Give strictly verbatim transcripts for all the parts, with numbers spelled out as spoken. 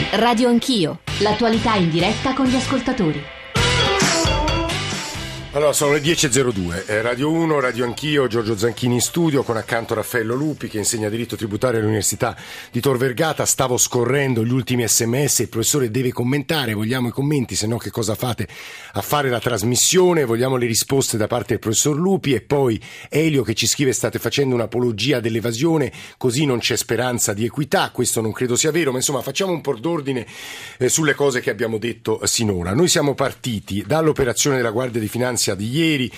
Radio Anch'io, l'attualità in diretta con gli ascoltatori. Allora, sono le dieci e zero due, eh, Radio uno, Radio Anch'io, Giorgio Zanchini in studio, con accanto Raffaello Lupi che insegna diritto tributario all'Università di Tor Vergata. Stavo scorrendo gli ultimi sms, il professore deve commentare, vogliamo i commenti, se no che cosa fate a fare la trasmissione, vogliamo le risposte da parte del professor Lupi. E poi Elio che ci scrive: state facendo un'apologia dell'evasione, così non c'è speranza di equità. Questo non credo sia vero, ma insomma facciamo un po' d'ordine eh, sulle cose che abbiamo detto sinora. Noi siamo partiti dall'operazione della Guardia di Finanza di ieri,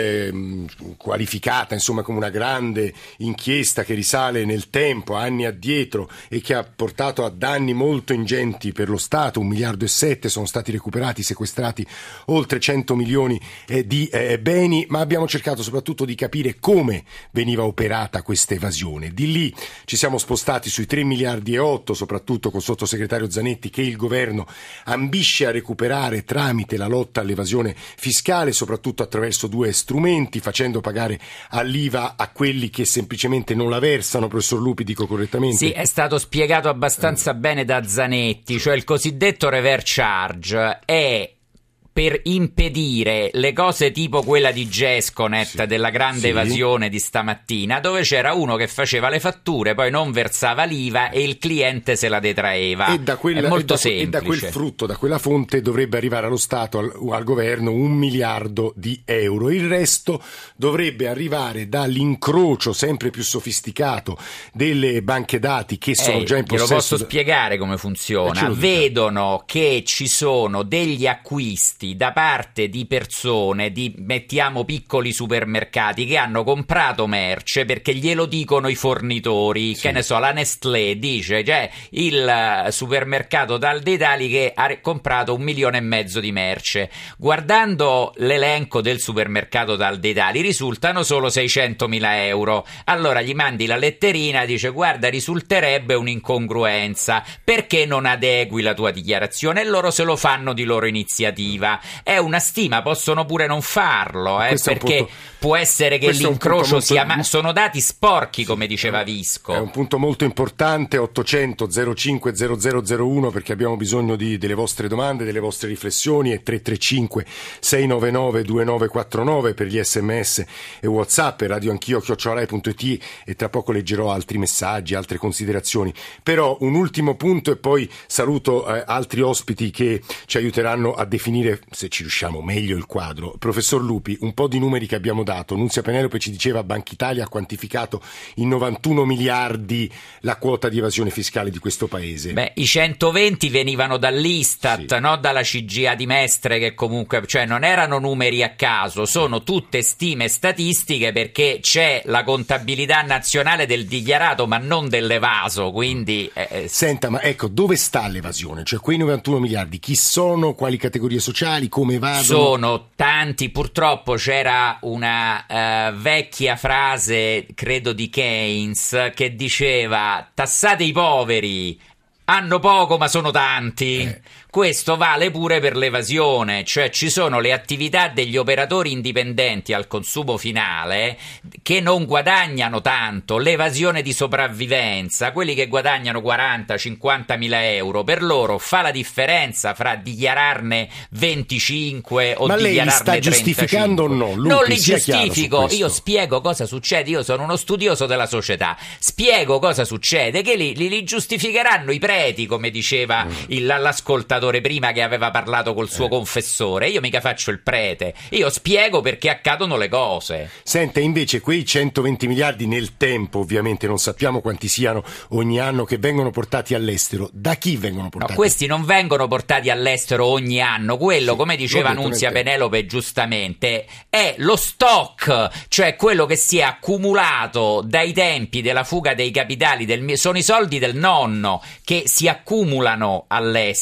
eh, qualificata insomma come una grande inchiesta che risale nel tempo, anni addietro, e che ha portato a danni molto ingenti per lo Stato. Un miliardo e sette sono stati recuperati, sequestrati oltre cento milioni eh, di eh, beni, ma abbiamo cercato soprattutto di capire come veniva operata questa evasione. Di lì ci siamo spostati sui tre miliardi e otto, soprattutto col sottosegretario Zanetti, che il governo ambisce a recuperare tramite la lotta all'evasione fiscale, soprattutto attraverso due strumenti, facendo pagare all'I V A a quelli che semplicemente non la versano. Professor Lupi, dico correttamente? Sì, è stato spiegato abbastanza eh. bene da Zanetti, cioè il cosiddetto reverse charge è per impedire le cose tipo quella di Gesconet, sì, della grande sì. evasione di stamattina, dove c'era uno che faceva le fatture, poi non versava l'I V A e il cliente se la detraeva. E da quella, è molto e da, semplice. E da quel frutto, da quella fonte dovrebbe arrivare allo Stato, al, al governo, un miliardo di euro. Il resto dovrebbe arrivare dall'incrocio sempre più sofisticato delle banche dati che sono Ehi, già in possesso. Glielo posso da... spiegare come funziona. Vedono che ci sono degli acquisti da parte di persone, di mettiamo piccoli supermercati, che hanno comprato merce perché glielo dicono i fornitori, sì. Che ne so, la Nestlé dice, cioè il supermercato Dal Dettagli che ha comprato un milione e mezzo di merce. Guardando l'elenco del supermercato Dal Dettagli risultano solo seicentomila euro. Allora gli mandi la letterina, dice: guarda, risulterebbe un'incongruenza, perché non adegui la tua dichiarazione? E loro se lo fanno di loro iniziativa. È una stima, possono pure non farlo, eh, perché punto, può essere che l'incrocio molto, sia ma- sono dati sporchi, come diceva Visco. È un punto molto importante. Ottocento zero cinque zero zero zero uno, perché abbiamo bisogno di, delle vostre domande, delle vostre riflessioni, e tre tre cinque sei nove nove due nove quattro nove per gli sms e WhatsApp, e radio anch'io chiocciola rai punto it, e tra poco leggerò altri messaggi, altre considerazioni. Però un ultimo punto, e poi saluto eh, altri ospiti che ci aiuteranno a definire, se ci riusciamo, meglio il quadro. Professor Lupi, un po' di numeri che abbiamo dato. Nunzia Penelope ci diceva: Banca Italia ha quantificato in novantuno miliardi la quota di evasione fiscale di questo paese. Beh, i centoventi venivano dall'Istat, sì. no dalla C G A di Mestre, che comunque, cioè, non erano numeri a caso, sono tutte stime statistiche, perché c'è la contabilità nazionale del dichiarato ma non dell'evaso, quindi eh, Senta, ma ecco, dove sta l'evasione? Cioè, quei novantuno miliardi, chi sono, quali categorie sociali, come evadono? Sono tanti. Purtroppo c'era una uh, vecchia frase, credo di Keynes, che diceva: tassate i poveri, hanno poco ma sono tanti. Eh. Questo vale pure per l'evasione, cioè ci sono le attività degli operatori indipendenti al consumo finale che non guadagnano tanto, l'evasione di sopravvivenza, quelli che guadagnano quaranta cinquanta mila euro, per loro fa la differenza fra dichiararne venticinque o ma dichiararne lei sta trentacinque. Giustificando o no? Lupi, non li giustifico, io spiego cosa succede, io sono uno studioso della società, spiego cosa succede, che li, li, li giustificheranno i preti, come diceva mm. il, l'ascoltatore prima che aveva parlato col suo eh. confessore. Io mica faccio il prete, io spiego perché accadono le cose. Senta, invece quei centoventi miliardi nel tempo, ovviamente non sappiamo quanti siano ogni anno, che vengono portati all'estero, da chi vengono portati? No, questi non vengono portati all'estero ogni anno, quello, sì, come diceva Nunzia Penelope giustamente, è lo stock, cioè quello che si è accumulato dai tempi della fuga dei capitali del, sono i soldi del nonno che si accumulano all'estero.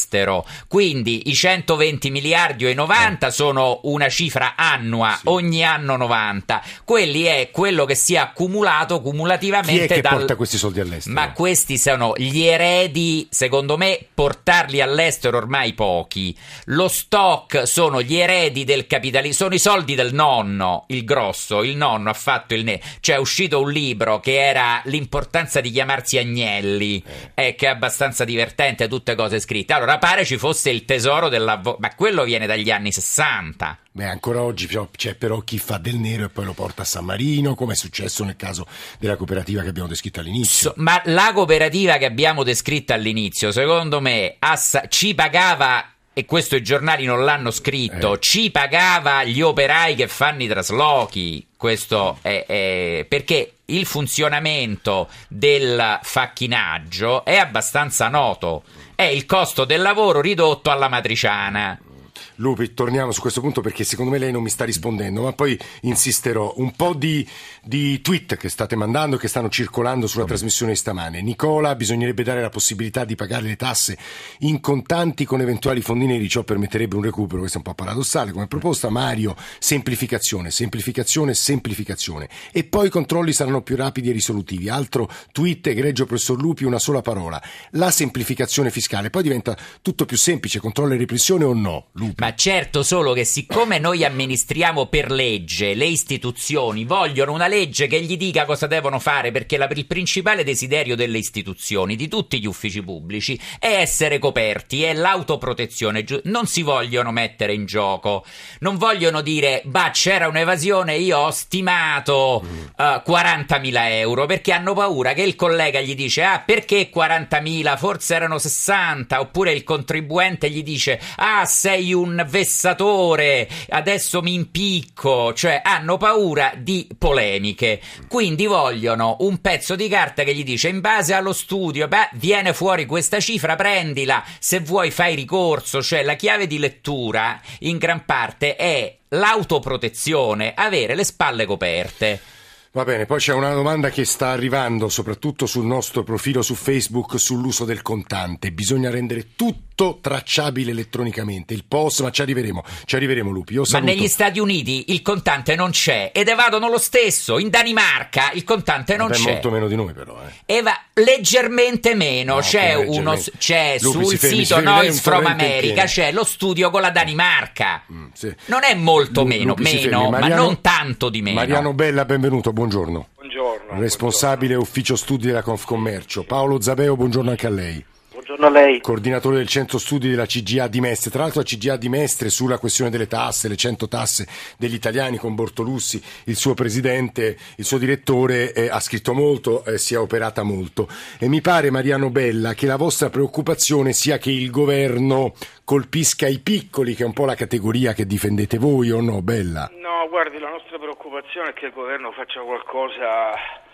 quindi i centoventi miliardi o i novanta eh. sono una cifra annua, sì. ogni anno novanta, quelli è quello che si è accumulato cumulativamente. Chi è che dal... porta questi soldi all'estero? Ma questi sono gli eredi, secondo me portarli all'estero ormai pochi, lo stock sono gli eredi del capitalismo, sono i soldi del nonno, il grosso, il nonno ha fatto il ne... cioè è uscito un libro che era l'importanza di chiamarsi Agnelli, eh. Eh, che è abbastanza divertente, tutte cose scritte. Allora pare ci fosse il tesoro dell'avvocato, ma quello viene dagli anni sessanta. Beh, ancora oggi c'è però chi fa del nero e poi lo porta a San Marino, come è successo nel caso della cooperativa che abbiamo descritto all'inizio. So, ma la cooperativa che abbiamo descritto all'inizio, secondo me, ass- ci pagava, e questo i giornali non l'hanno scritto, eh. ci pagava gli operai che fanno i traslochi. Questo è, è perché il funzionamento del facchinaggio è abbastanza noto, è il costo del lavoro ridotto alla matriciana. Lupi, torniamo su questo punto perché secondo me lei non mi sta rispondendo, ma poi insisterò. Un po' di, di tweet che state mandando, che stanno circolando sulla Come? trasmissione di stamane. Nicola, bisognerebbe dare la possibilità di pagare le tasse in contanti con eventuali fondi neri, ciò permetterebbe un recupero. Questo è un po' paradossale come proposta. Mario, semplificazione, semplificazione, semplificazione. E poi i controlli saranno più rapidi e risolutivi. Altro tweet, egregio professor Lupi, una sola parola: la semplificazione fiscale. Poi diventa tutto più semplice, controllo e repressione o no, Lupi? Ma certo, solo che siccome noi amministriamo per legge, le istituzioni vogliono una legge che gli dica cosa devono fare, perché la, il principale desiderio delle istituzioni, di tutti gli uffici pubblici, è essere coperti, è l'autoprotezione. Non si vogliono mettere in gioco, non vogliono dire bah, c'era un'evasione, io ho stimato uh, quarantamila euro, perché hanno paura che il collega gli dice ah, perché quarantamila, forse erano sessanta, oppure il contribuente gli dice ah, sei un vessatore, adesso mi impicco. Cioè hanno paura di polemiche, quindi vogliono un pezzo di carta che gli dice in base allo studio, beh, viene fuori questa cifra, prendila, se vuoi fai ricorso. Cioè la chiave di lettura in gran parte è l'autoprotezione, avere le spalle coperte. Va bene, poi c'è una domanda che sta arrivando soprattutto sul nostro profilo su Facebook sull'uso del contante. Bisogna rendere tutto tracciabile elettronicamente, il P O S, ma ci arriveremo, ci arriveremo Lupi. Io ma negli Stati Uniti il contante non c'è ed evadono lo stesso. In Danimarca il contante non Vabbè, c'è. molto meno di noi però. Eh. Eva, leggermente meno, no, c'è leggermente. Uno, c'è Lupi, sul fermi, sito Noise from America, c'è lo studio con la Danimarca. Mm, sì. Non è molto Lu, meno, Lupi, meno Mariano, ma non tanto di meno. Mariano Bella, benvenuto, buongiorno. Buongiorno. Responsabile buongiorno. ufficio studi della Confcommercio. Paolo Zabeo, buongiorno anche a lei. Buongiorno a lei. Coordinatore del centro studi della C G A di Mestre. Tra l'altro la C G A di Mestre sulla questione delle tasse, le cento tasse degli italiani, con Bortolussi, il suo presidente, il suo direttore, eh, ha scritto molto, eh, si è operata molto. E mi pare, Mariano Bella, che la vostra preoccupazione sia che il governo colpisca i piccoli, che è un po' la categoria che difendete voi, o no, Bella? No, guardi, la nostra preoccupazione è che il governo faccia qualcosa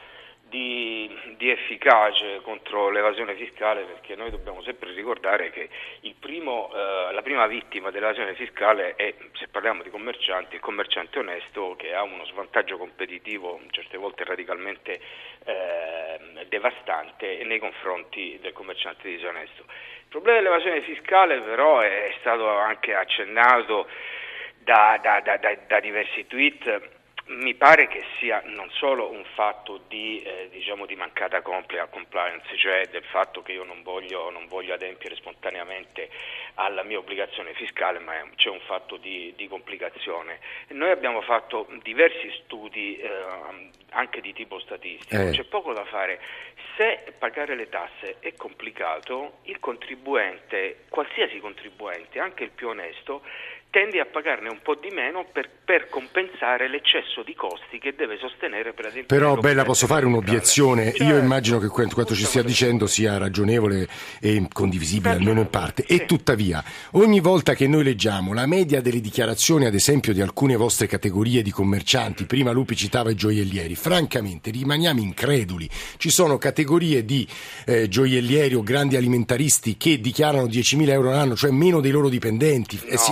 Di, di efficace contro l'evasione fiscale, perché noi dobbiamo sempre ricordare che il primo, eh, la prima vittima dell'evasione fiscale è, se parliamo di commercianti, il commerciante onesto che ha uno svantaggio competitivo certe volte radicalmente eh, devastante nei confronti del commerciante disonesto. Il problema dell'evasione fiscale però è stato anche accennato da, da, da, da, da diversi tweet. Mi pare che sia non solo un fatto di, eh, diciamo di mancata compliance, cioè del fatto che io non voglio, non voglio adempiere spontaneamente alla mia obbligazione fiscale, ma c'è un fatto di, di complicazione. E noi abbiamo fatto diversi studi eh, anche di tipo statistico, eh. c'è poco da fare. Se pagare le tasse è complicato, il contribuente, qualsiasi contribuente, anche il più onesto, tende a pagarne un po' di meno per, per compensare l'eccesso di costi che deve sostenere, per esempio. Però Bella, posso fare un'obiezione? Certo. Io immagino che quanto ci stia dicendo sia ragionevole e condivisibile, almeno in parte. E tuttavia, ogni volta che noi leggiamo la media delle dichiarazioni, ad esempio di alcune vostre categorie di commercianti, prima Lupi citava i gioiellieri, francamente rimaniamo increduli. Ci sono categorie di eh, gioiellieri o grandi alimentaristi che dichiarano diecimila euro all'anno, cioè meno dei loro dipendenti. No, eh, sì, eh, no.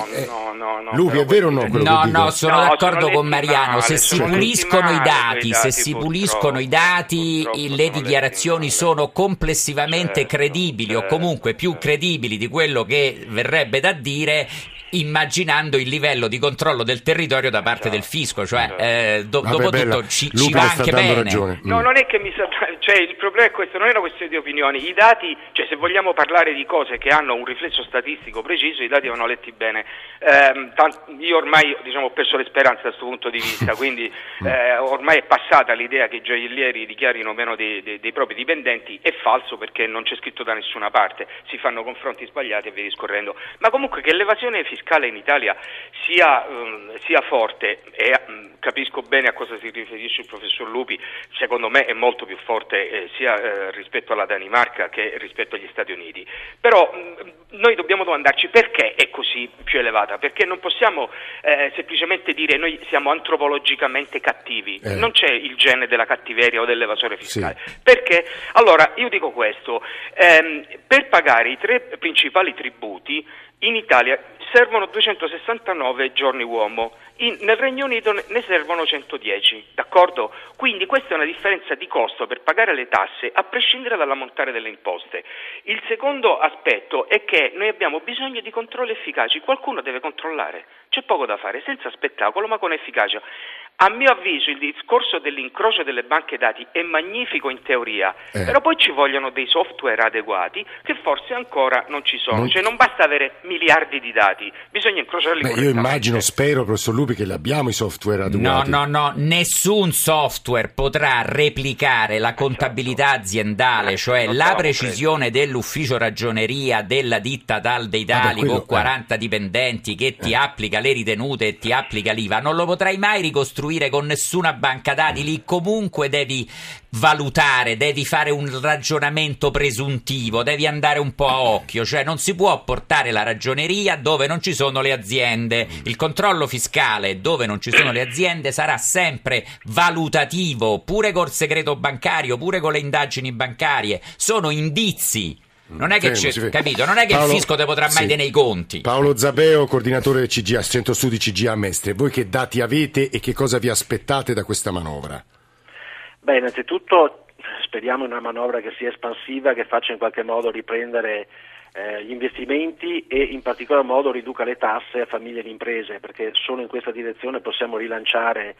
no, no, no. Lupi, è vero o no quello No, che dico? no, sono No, d'accordo sono con letti Mariano, male, se si sono puliscono letti i male dati, quei se dati, si purtroppo, puliscono i dati, purtroppo i- sono le letti dichiarazioni male. sono complessivamente Certo, credibili o certo, comunque più certo. credibili di quello che verrebbe da dire, immaginando il livello di controllo del territorio da parte Certo, del fisco, cioè certo. eh, do- Vabbè, dopo bella, tutto ci, ci Lupi va le sta anche dando bene. ragione. No, Mm. non è che mi sa... Cioè, il problema è questo, non è una questione di opinioni. I dati, cioè se vogliamo parlare di cose che hanno un riflesso statistico preciso, i dati vanno letti bene. Ehm, tant- io ormai, diciamo, ho perso le speranze da questo punto di vista, quindi eh, ormai è passata l'idea che i gioiellieri dichiarino meno dei, dei, dei propri dipendenti. È falso, perché non c'è scritto da nessuna parte, si fanno confronti sbagliati e via discorrendo. Ma comunque che l'evasione fiscale in Italia sia, um, sia forte, e um, capisco bene a cosa si riferisce il professor Lupi, secondo me è molto più forte eh, sia eh, rispetto alla Danimarca che rispetto agli Stati Uniti. Però mh, noi dobbiamo domandarci perché è così più elevata, perché non possiamo eh, semplicemente dire noi siamo antropologicamente cattivi, eh. non c'è il gene della cattiveria o dell'evasore fiscale. Sì. Perché? Allora, io dico questo, ehm, per pagare i tre principali tributi in Italia servono duecentosessantanove giorni uomo, in, nel Regno Unito ne, ne servono centodieci, d'accordo? Quindi questa è una differenza di costo per pagare le tasse a prescindere dall'ammontare delle imposte. Il secondo aspetto è che noi abbiamo bisogno di controlli efficaci, qualcuno deve controllare, c'è poco da fare, senza spettacolo ma con efficacia. A mio avviso il discorso dell'incrocio delle banche dati è magnifico in teoria, eh. però poi ci vogliono dei software adeguati che forse ancora non ci sono, Non... cioè non basta avere miliardi di dati, bisogna incrociarli. Beh, io immagino, spero, professor Lupi, che l'abbiamo i software adeguati. No, no, no, nessun software potrà replicare la contabilità aziendale, cioè la precisione dell'ufficio ragioneria della ditta tal dei tali con quaranta dipendenti che ti applica le ritenute e ti applica l'I V A. Non lo potrai mai ricostruire con nessuna banca dati, lì comunque devi valutare, devi fare un ragionamento presuntivo, devi andare un po' a occhio, cioè non si può portare la ragioneria dove non ci sono le aziende. Il controllo fiscale dove non ci sono le aziende sarà sempre valutativo, pure col segreto bancario, pure con le indagini bancarie, sono indizi. Non è che Fermo, c'è, capito? Non è che Paolo, il fisco te potrà mai sì. tenere i conti. Paolo Zabeo, coordinatore del C G A, Centro Studi C G A Mestre. Voi che dati avete e che cosa vi aspettate da questa manovra? Beh, innanzitutto speriamo in una manovra che sia espansiva, che faccia in qualche modo riprendere eh, gli investimenti e in particolar modo riduca le tasse a famiglie e imprese, perché solo in questa direzione possiamo rilanciare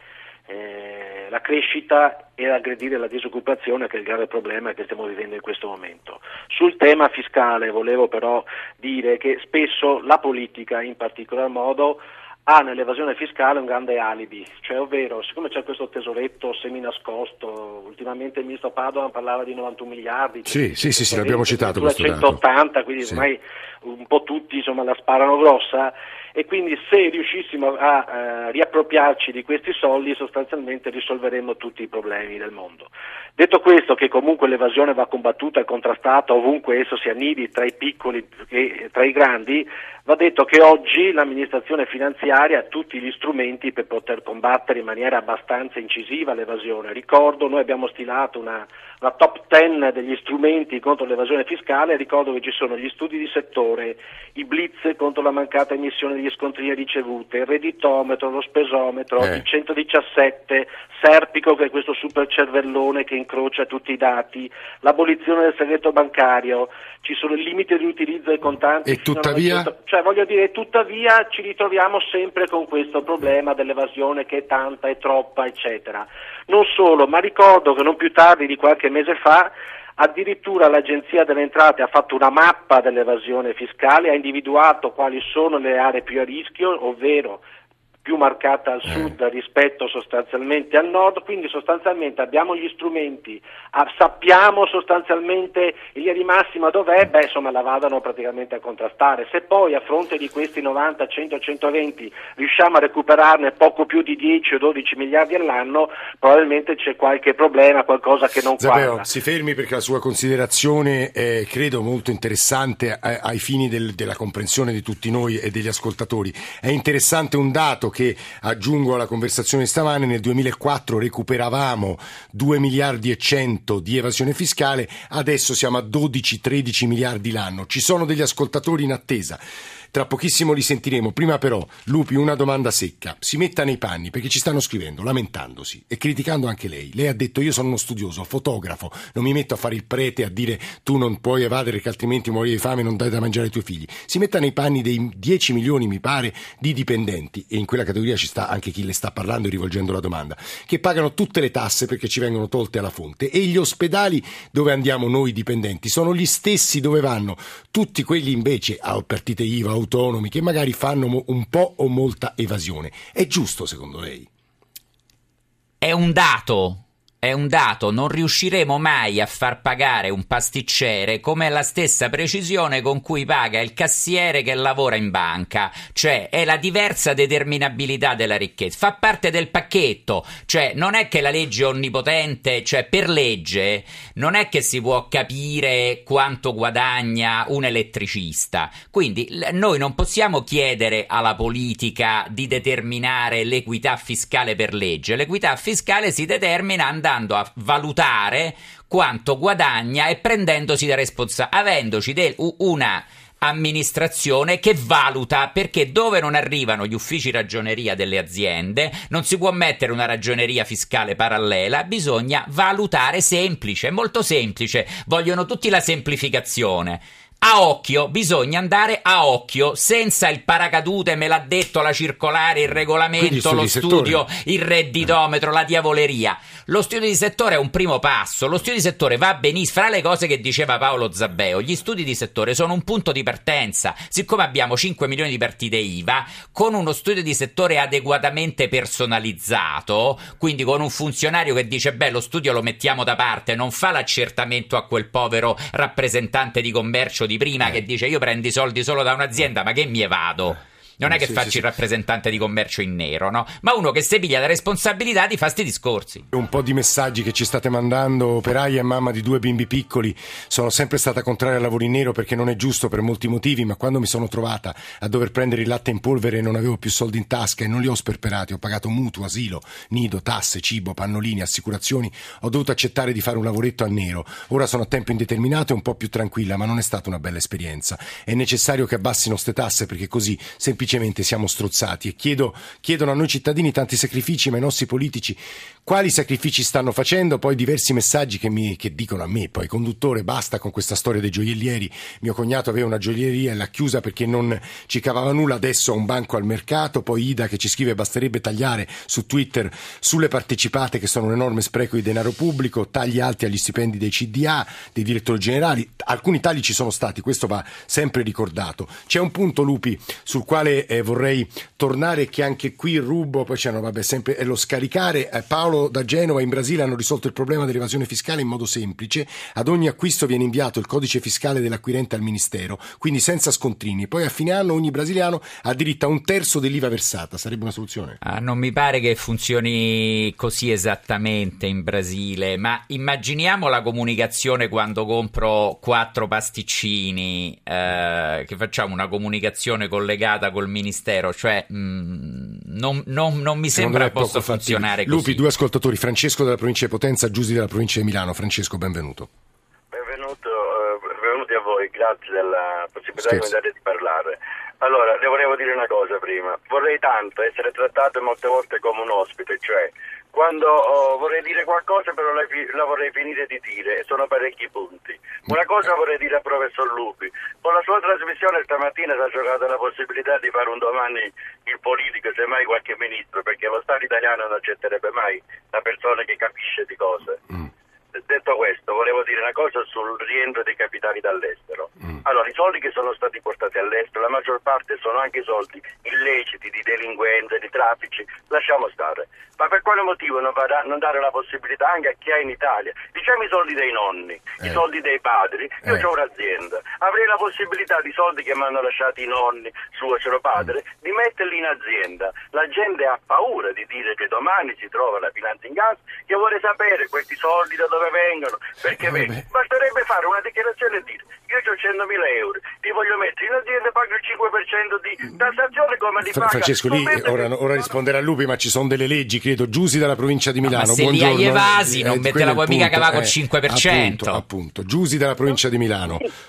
Eh, la crescita e aggredire la disoccupazione, che è il grave problema che stiamo vivendo in questo momento. Sul tema fiscale volevo però dire che spesso la politica in particolar modo ha nell'evasione fiscale un grande alibi, cioè ovvero siccome c'è questo tesoretto seminascosto, ultimamente il ministro Padoan parlava di novantuno miliardi, sì, sì, sì, sì, l'abbiamo citato questo dato. centottanta, quindi sì. ormai un po' tutti insomma la sparano grossa, e quindi se riuscissimo a eh, riappropriarci di questi soldi sostanzialmente risolveremo tutti i problemi del mondo. Detto questo, che comunque l'evasione va combattuta e contrastata ovunque esso si annidi, tra i piccoli e tra i grandi, va detto che oggi l'amministrazione finanziaria ha tutti gli strumenti per poter combattere in maniera abbastanza incisiva l'evasione. Ricordo, noi abbiamo stilato una, una top ten degli strumenti contro l'evasione fiscale, ricordo che ci sono gli studi di settore, i blitz contro la mancata emissione degli scontrini ricevute, il redditometro, lo spesometro, eh. il centodiciassette, Serpico, che è questo super cervellone che incrocia tutti i dati, l'abolizione del segreto bancario, ci sono i limiti di utilizzo dei contanti. E tuttavia? Cioè voglio dire, tuttavia ci ritroviamo sempre con questo problema dell'evasione che è tanta, è troppa, eccetera. Non solo, ma ricordo che non più tardi di qualche mese fa addirittura l'Agenzia delle Entrate ha fatto una mappa dell'evasione fiscale, ha individuato quali sono le aree più a rischio, ovvero più marcata al sud eh. rispetto sostanzialmente al nord, quindi sostanzialmente abbiamo gli strumenti, ah, sappiamo sostanzialmente in linea di massima dov'è, beh insomma la vadano praticamente a contrastare. Se poi a fronte di questi novanta, cento, centoventi riusciamo a recuperarne poco più di dieci o dodici miliardi all'anno, probabilmente c'è qualche problema, qualcosa che non Zabeo, quadra. si fermi, perché la sua considerazione è credo molto interessante ai, ai fini del, della comprensione di tutti noi e degli ascoltatori. È interessante un dato che aggiungo alla conversazione stamane: nel duemilaquattro recuperavamo due miliardi e cento di evasione fiscale, adesso siamo a dodici tredici miliardi l'anno. Ci sono degli ascoltatori in attesa. tra pochissimo li sentiremo. Prima però, Lupi, una domanda secca. Si metta nei panni, perché ci stanno scrivendo, lamentandosi e criticando anche lei. Lei ha detto: io sono uno studioso, fotografo, non mi metto a fare il prete a dire tu non puoi evadere che altrimenti muori di fame e non dai da mangiare ai tuoi figli. Si metta nei panni dei dieci milioni, mi pare, di dipendenti, e in quella categoria ci sta anche chi le sta parlando e rivolgendo la domanda, che pagano tutte le tasse perché ci vengono tolte alla fonte, e gli ospedali dove andiamo noi dipendenti sono gli stessi dove vanno tutti quelli invece a partite I V A, autonomi, che magari fanno un po' o molta evasione. È giusto secondo lei? È un dato. È un dato, non riusciremo mai a far pagare un pasticcere come la stessa precisione con cui paga il cassiere che lavora in banca, cioè è la diversa determinabilità della ricchezza, fa parte del pacchetto, cioè non è che la legge è onnipotente, cioè per legge non è che si può capire quanto guadagna un elettricista, quindi noi non possiamo chiedere alla politica di determinare l'equità fiscale per legge, l'equità fiscale si determina andando a valutare quanto guadagna e prendendosi la responsabilità, avendoci del, una amministrazione che valuta, perché dove non arrivano gli uffici ragioneria delle aziende non si può mettere una ragioneria fiscale parallela, bisogna valutare, semplice, molto semplice, vogliono tutti la semplificazione. A occhio, bisogna andare a occhio, senza il paracadute, me l'ha detto la circolare, il regolamento, lo studio, il redditometro, la diavoleria. Lo studio di settore è un primo passo, lo studio di settore va benissimo, fra le cose che diceva Paolo Zabbeo, gli studi di settore sono un punto di partenza, siccome abbiamo cinque milioni di partite I V A, con uno studio di settore adeguatamente personalizzato, quindi con un funzionario che dice beh lo studio lo mettiamo da parte, non fa l'accertamento a quel povero rappresentante di commercio di prima eh. che dice io prendo i soldi solo da un'azienda, ma che mi evado? Non è che sì, faccio sì, il rappresentante di commercio in nero, no? Ma uno che si piglia la responsabilità di fare sti discorsi. Un po' di messaggi che ci state mandando. Operaia e mamma di due bimbi piccoli. Sono sempre stata contraria al lavoro in nero perché non è giusto per molti motivi, ma quando mi sono trovata a dover prendere il latte in polvere e non avevo più soldi in tasca e non li ho sperperati, ho pagato mutuo, asilo, nido, tasse, cibo, pannolini, assicurazioni, ho dovuto accettare di fare un lavoretto a nero. Ora sono a tempo indeterminato e un po' più tranquilla, ma non è stata una bella esperienza. È necessario che abbassino ste tasse perché così semplicemente siamo strozzati, e chiedo, chiedono a noi cittadini tanti sacrifici, ma i nostri politici quali sacrifici stanno facendo? Poi diversi messaggi che, mi, che dicono a me, poi conduttore basta con questa storia dei gioiellieri, mio cognato aveva una gioielleria e l'ha chiusa perché non ci cavava nulla, adesso ha un banco al mercato. Poi Ida che ci scrive basterebbe tagliare su Twitter sulle partecipate che sono un enorme spreco di denaro pubblico, tagli alti agli stipendi dei C D A, dei direttori generali, alcuni tagli ci sono stati, questo va sempre ricordato. C'è un punto, Lupi, sul quale eh, vorrei tornare, che anche qui rubo, poi c'hanno vabbè sempre è lo scaricare. eh, Paolo da Genova: in Brasile hanno risolto il problema dell'evasione fiscale in modo semplice, ad ogni acquisto viene inviato il codice fiscale dell'acquirente al ministero, quindi senza scontrini, poi a fine anno ogni brasiliano ha diritto a un terzo dell'I V A versata. Sarebbe una soluzione? Ah, non mi pare che funzioni così esattamente in Brasile, ma immaginiamo la comunicazione quando compro quattro pasticcini, eh, che facciamo una comunicazione collegata col ministero, cioè mh, non, non, non mi sembra possa funzionare così. Lupi, due ascoltatori, Francesco della provincia di Potenza, Giusy della provincia di Milano. Francesco, benvenuto. Benvenuto, eh, benvenuti a voi, grazie della possibilità Scherzo. che mi date di parlare. Allora, le volevo dire una cosa prima, vorrei tanto essere trattato molte volte come un ospite, cioè quando oh, vorrei dire qualcosa però la, la vorrei finire di dire, e sono parecchi punti. Una cosa vorrei dire al professor Lupi: con la sua trasmissione stamattina si è giocata la possibilità di fare un domani il politico, semmai qualche ministro, perché lo Stato italiano non accetterebbe mai una persona che capisce di cose. Mm. Detto questo, volevo dire una cosa sul rientro dei capitali dall'estero. Mm. Allora, i soldi che sono stati portati all'estero, la maggior parte sono anche soldi illeciti, di delinquenza, di traffici, lasciamo stare. Ma per quale motivo non, vada, non dare la possibilità anche a chi ha in Italia? Diciamo i soldi dei nonni, eh. i soldi dei padri. Io eh. ho un'azienda, avrei la possibilità di soldi che mi hanno lasciati i nonni, suocero, padre, mm. di metterli in azienda. La gente ha paura di dire che domani si trova la finanza in gas, che vuole sapere questi soldi da dove vengono, perché eh, vedi, basterebbe fare una dichiarazione e dire io ho centomila euro, li voglio mettere in azienda, pago il cinque per cento di tassazione come li Fra- paga. Francesco, lì ora, ora risponderà Lupi, ma ci sono delle leggi, credo. Giusy dalla provincia di Milano. Ma se buongiorno. li hai evasi non eh, mette la puoi mica cavare col eh, cinque per cento. Appunto, appunto. Giusy dalla provincia di Milano. Sì, buongiorno.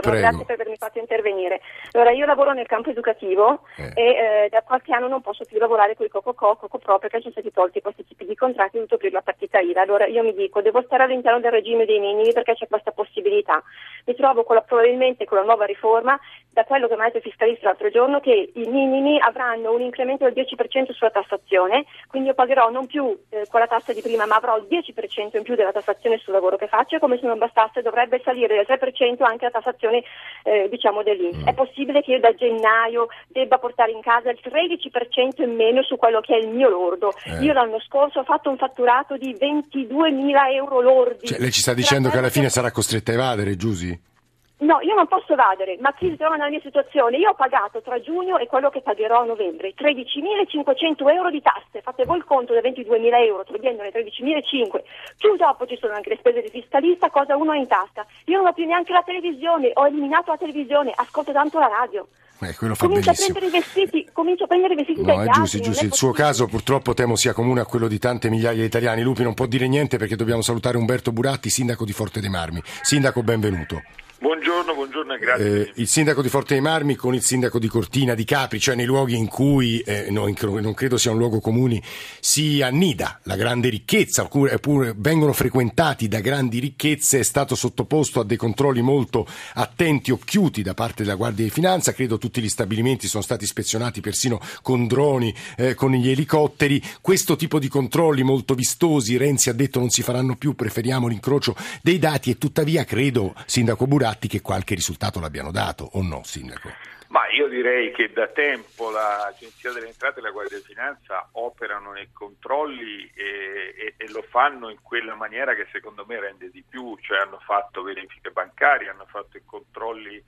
Prego. Grazie per avermi fatto intervenire. Allora, io lavoro nel campo educativo eh. e eh, da qualche anno non posso più lavorare con i Coco-Co, Coco-Pro, perché ci sono stati tolti questi tipi di contratti e ho dovuto aprire la partita I V A. Allora io mi dico, devo stare all'interno del regime dei minimi perché c'è questa possibilità. Mi trovo con la, probabilmente con la nuova riforma, da quello che mi ha detto il fiscalista l'altro giorno, che i minimi avranno un incremento del dieci per cento sulla tassazione, quindi io pagherò non più eh, quella tassa di prima, ma avrò il dieci per cento in più della tassazione sul lavoro che faccio, e come se non bastasse dovrebbe salire del tre per cento anche la tassazione eh, diciamo dell'I N P S. Mm. È possibile che io da gennaio debba portare in casa il tredici per cento in meno su quello che è il mio lordo? Eh. Io l'anno scorso ho fatto un fatturato di ventiduemila euro lordi. Cioè, lei ci sta dicendo che alla fine sarà costretta a evadere, Giusy? No, io non posso evadere, ma chi si trova nella mia situazione? Io ho pagato tra giugno e quello che pagherò a novembre tredicimilacinquecento euro di tasse. Fate voi il conto da ventiduemila euro, togliendone tredicimilacinquecento. Più dopo ci sono anche le spese di fiscalista, cosa uno ha in tasca. Io non ho più neanche la televisione, ho eliminato la televisione, ascolto tanto la radio. Eh, quello fa comincio benissimo. a prendere i vestiti, comincio a prendere i vestiti no, dagli è altri. giusto, giusto. Il suo caso purtroppo temo sia comune a quello di tante migliaia di italiani. Lupi non può dire niente perché dobbiamo salutare Umberto Buratti, sindaco di Forte dei Marmi. Sindaco, benvenuto. Buongiorno, buongiorno e grazie. Eh, il sindaco di Forte dei Marmi con il sindaco di Cortina di Capri, cioè nei luoghi in cui, eh, no, in, non credo sia un luogo comune, si annida la grande ricchezza, oppure, oppure vengono frequentati da grandi ricchezze, è stato sottoposto a dei controlli molto attenti, occhiuti da parte della Guardia di Finanza. Credo tutti gli stabilimenti sono stati ispezionati persino con droni, eh, con gli elicotteri. Questo tipo di controlli molto vistosi, Renzi ha detto non si faranno più, preferiamo l'incrocio dei dati, e tuttavia credo, sindaco Buratti, che qualche risultato l'abbiano dato, o no, sindaco? Ma io direi che da tempo l'Agenzia delle Entrate e la Guardia di Finanza operano nei controlli e, e, e lo fanno in quella maniera che secondo me rende di più, cioè hanno fatto verifiche bancarie, hanno fatto i controlli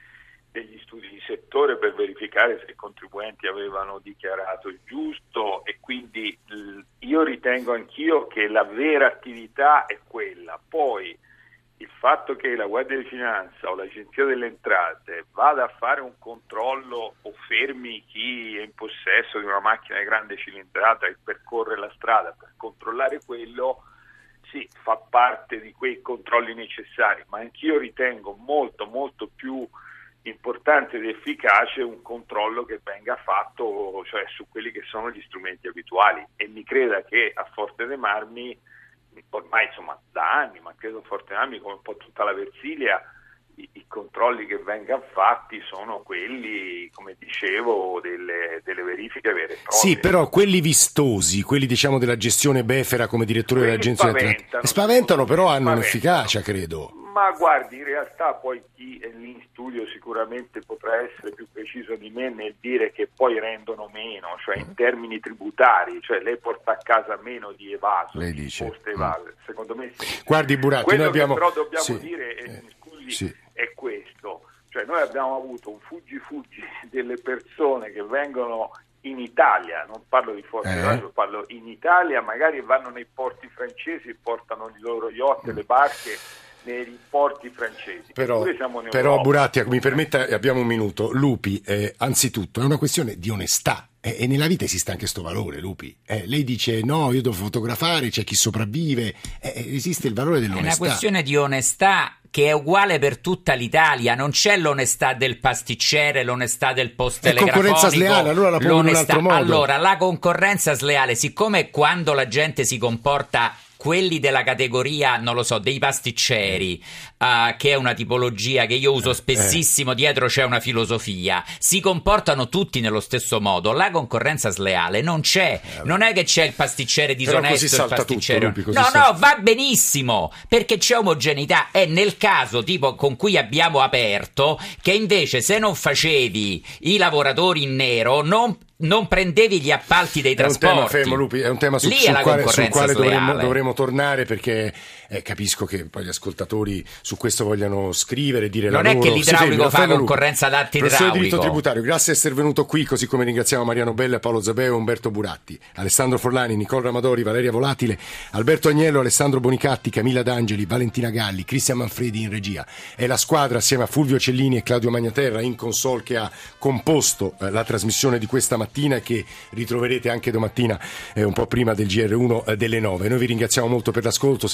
degli studi di settore per verificare se i contribuenti avevano dichiarato il giusto, e quindi io ritengo anch'io che la vera attività è quella. Poi il fatto che la Guardia di Finanza o l'Agenzia delle Entrate vada a fare un controllo o fermi chi è in possesso di una macchina di grande cilindrata e percorre la strada per controllare quello, sì, fa parte di quei controlli necessari, ma anch'io ritengo molto molto più importante ed efficace un controllo che venga fatto, cioè su quelli che sono gli strumenti abituali, e mi creda che a Forte dei Marmi ormai insomma da anni, ma credo Forte dei Marmi come un po' tutta la Versilia, i, i controlli che vengono fatti sono quelli, come dicevo, delle, delle verifiche vere e proprie. Sì, però quelli vistosi, quelli diciamo della gestione befera come direttore quelli dell'Agenzia delle Entrate, spaventano, però hanno spaventano. un'efficacia, credo. Ma guardi, in realtà poi chi è lì in studio sicuramente potrà essere più preciso di me nel dire che poi rendono meno, cioè in termini tributari, cioè lei porta a casa meno di evaso, lei di dice. imposte evase. Secondo me sì. Guardi Buratti, quello noi abbiamo... che però dobbiamo sì. dire, eh, eh, scusi, sì. è questo, cioè noi abbiamo avuto un fuggi-fuggi delle persone che vengono in Italia, non parlo di Forte dei Marmi, parlo in Italia, magari vanno nei porti francesi, portano i loro yacht e le barche nei porti francesi. Però, siamo in però Buratti, mi permetta, abbiamo un minuto. Lupi, eh, anzitutto è una questione di onestà, eh, e nella vita esiste anche sto valore, Lupi. Eh, lei dice no, io devo fotografare, c'è chi sopravvive, eh, esiste il valore dell'onestà. È una questione di onestà che è uguale per tutta l'Italia, non c'è l'onestà del pasticcere, l'onestà del post telegrafonico. È concorrenza sleale, allora la pongo in un altro modo. Allora, la concorrenza sleale, siccome quando la gente si comporta, quelli della categoria, non lo so, dei pasticceri, uh, che è una tipologia che io uso spessissimo, eh. dietro c'è una filosofia, si comportano tutti nello stesso modo. La concorrenza sleale non c'è, eh, non è che c'è il pasticcere disonesto e il pasticcere tutto, Lupi, no salta. no va benissimo perché c'è omogeneità. È nel caso tipo con cui abbiamo aperto che invece se non facevi i lavoratori in nero non non prendevi gli appalti dei trasporti. È un tema fermo, Lupi, è un tema su, sul, quale, sul quale dovremmo, dovremmo tornare, perché eh, capisco che poi gli ascoltatori su questo vogliano scrivere, dire non la è loro. che l'idraulico sì, fa concorrenza d'arte idraulico. Professore di diritto tributario, grazie di essere venuto qui, così come ringraziamo Mariano Bella, Paolo Zabeo, Umberto Buratti, Alessandro Forlani, Nicola Ramadori, Valeria Volatile, Alberto Agnello, Alessandro Bonicatti, Camilla D'Angeli, Valentina Galli, Cristian Manfredi in regia. È la squadra assieme a Fulvio Cellini e Claudio Magnaterra in console che ha composto eh, la trasmissione di questa mattina e che ritroverete anche domattina eh, un po' prima del G R uno eh, delle nove. Noi vi ringraziamo molto per l'ascolto, se volete continuare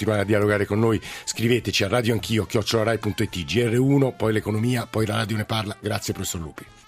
continuare a dialogare con noi, scriveteci a radioanchio chiocciola rai punto it, G R uno, poi l'economia, poi la radio ne parla. Grazie professor Lupi.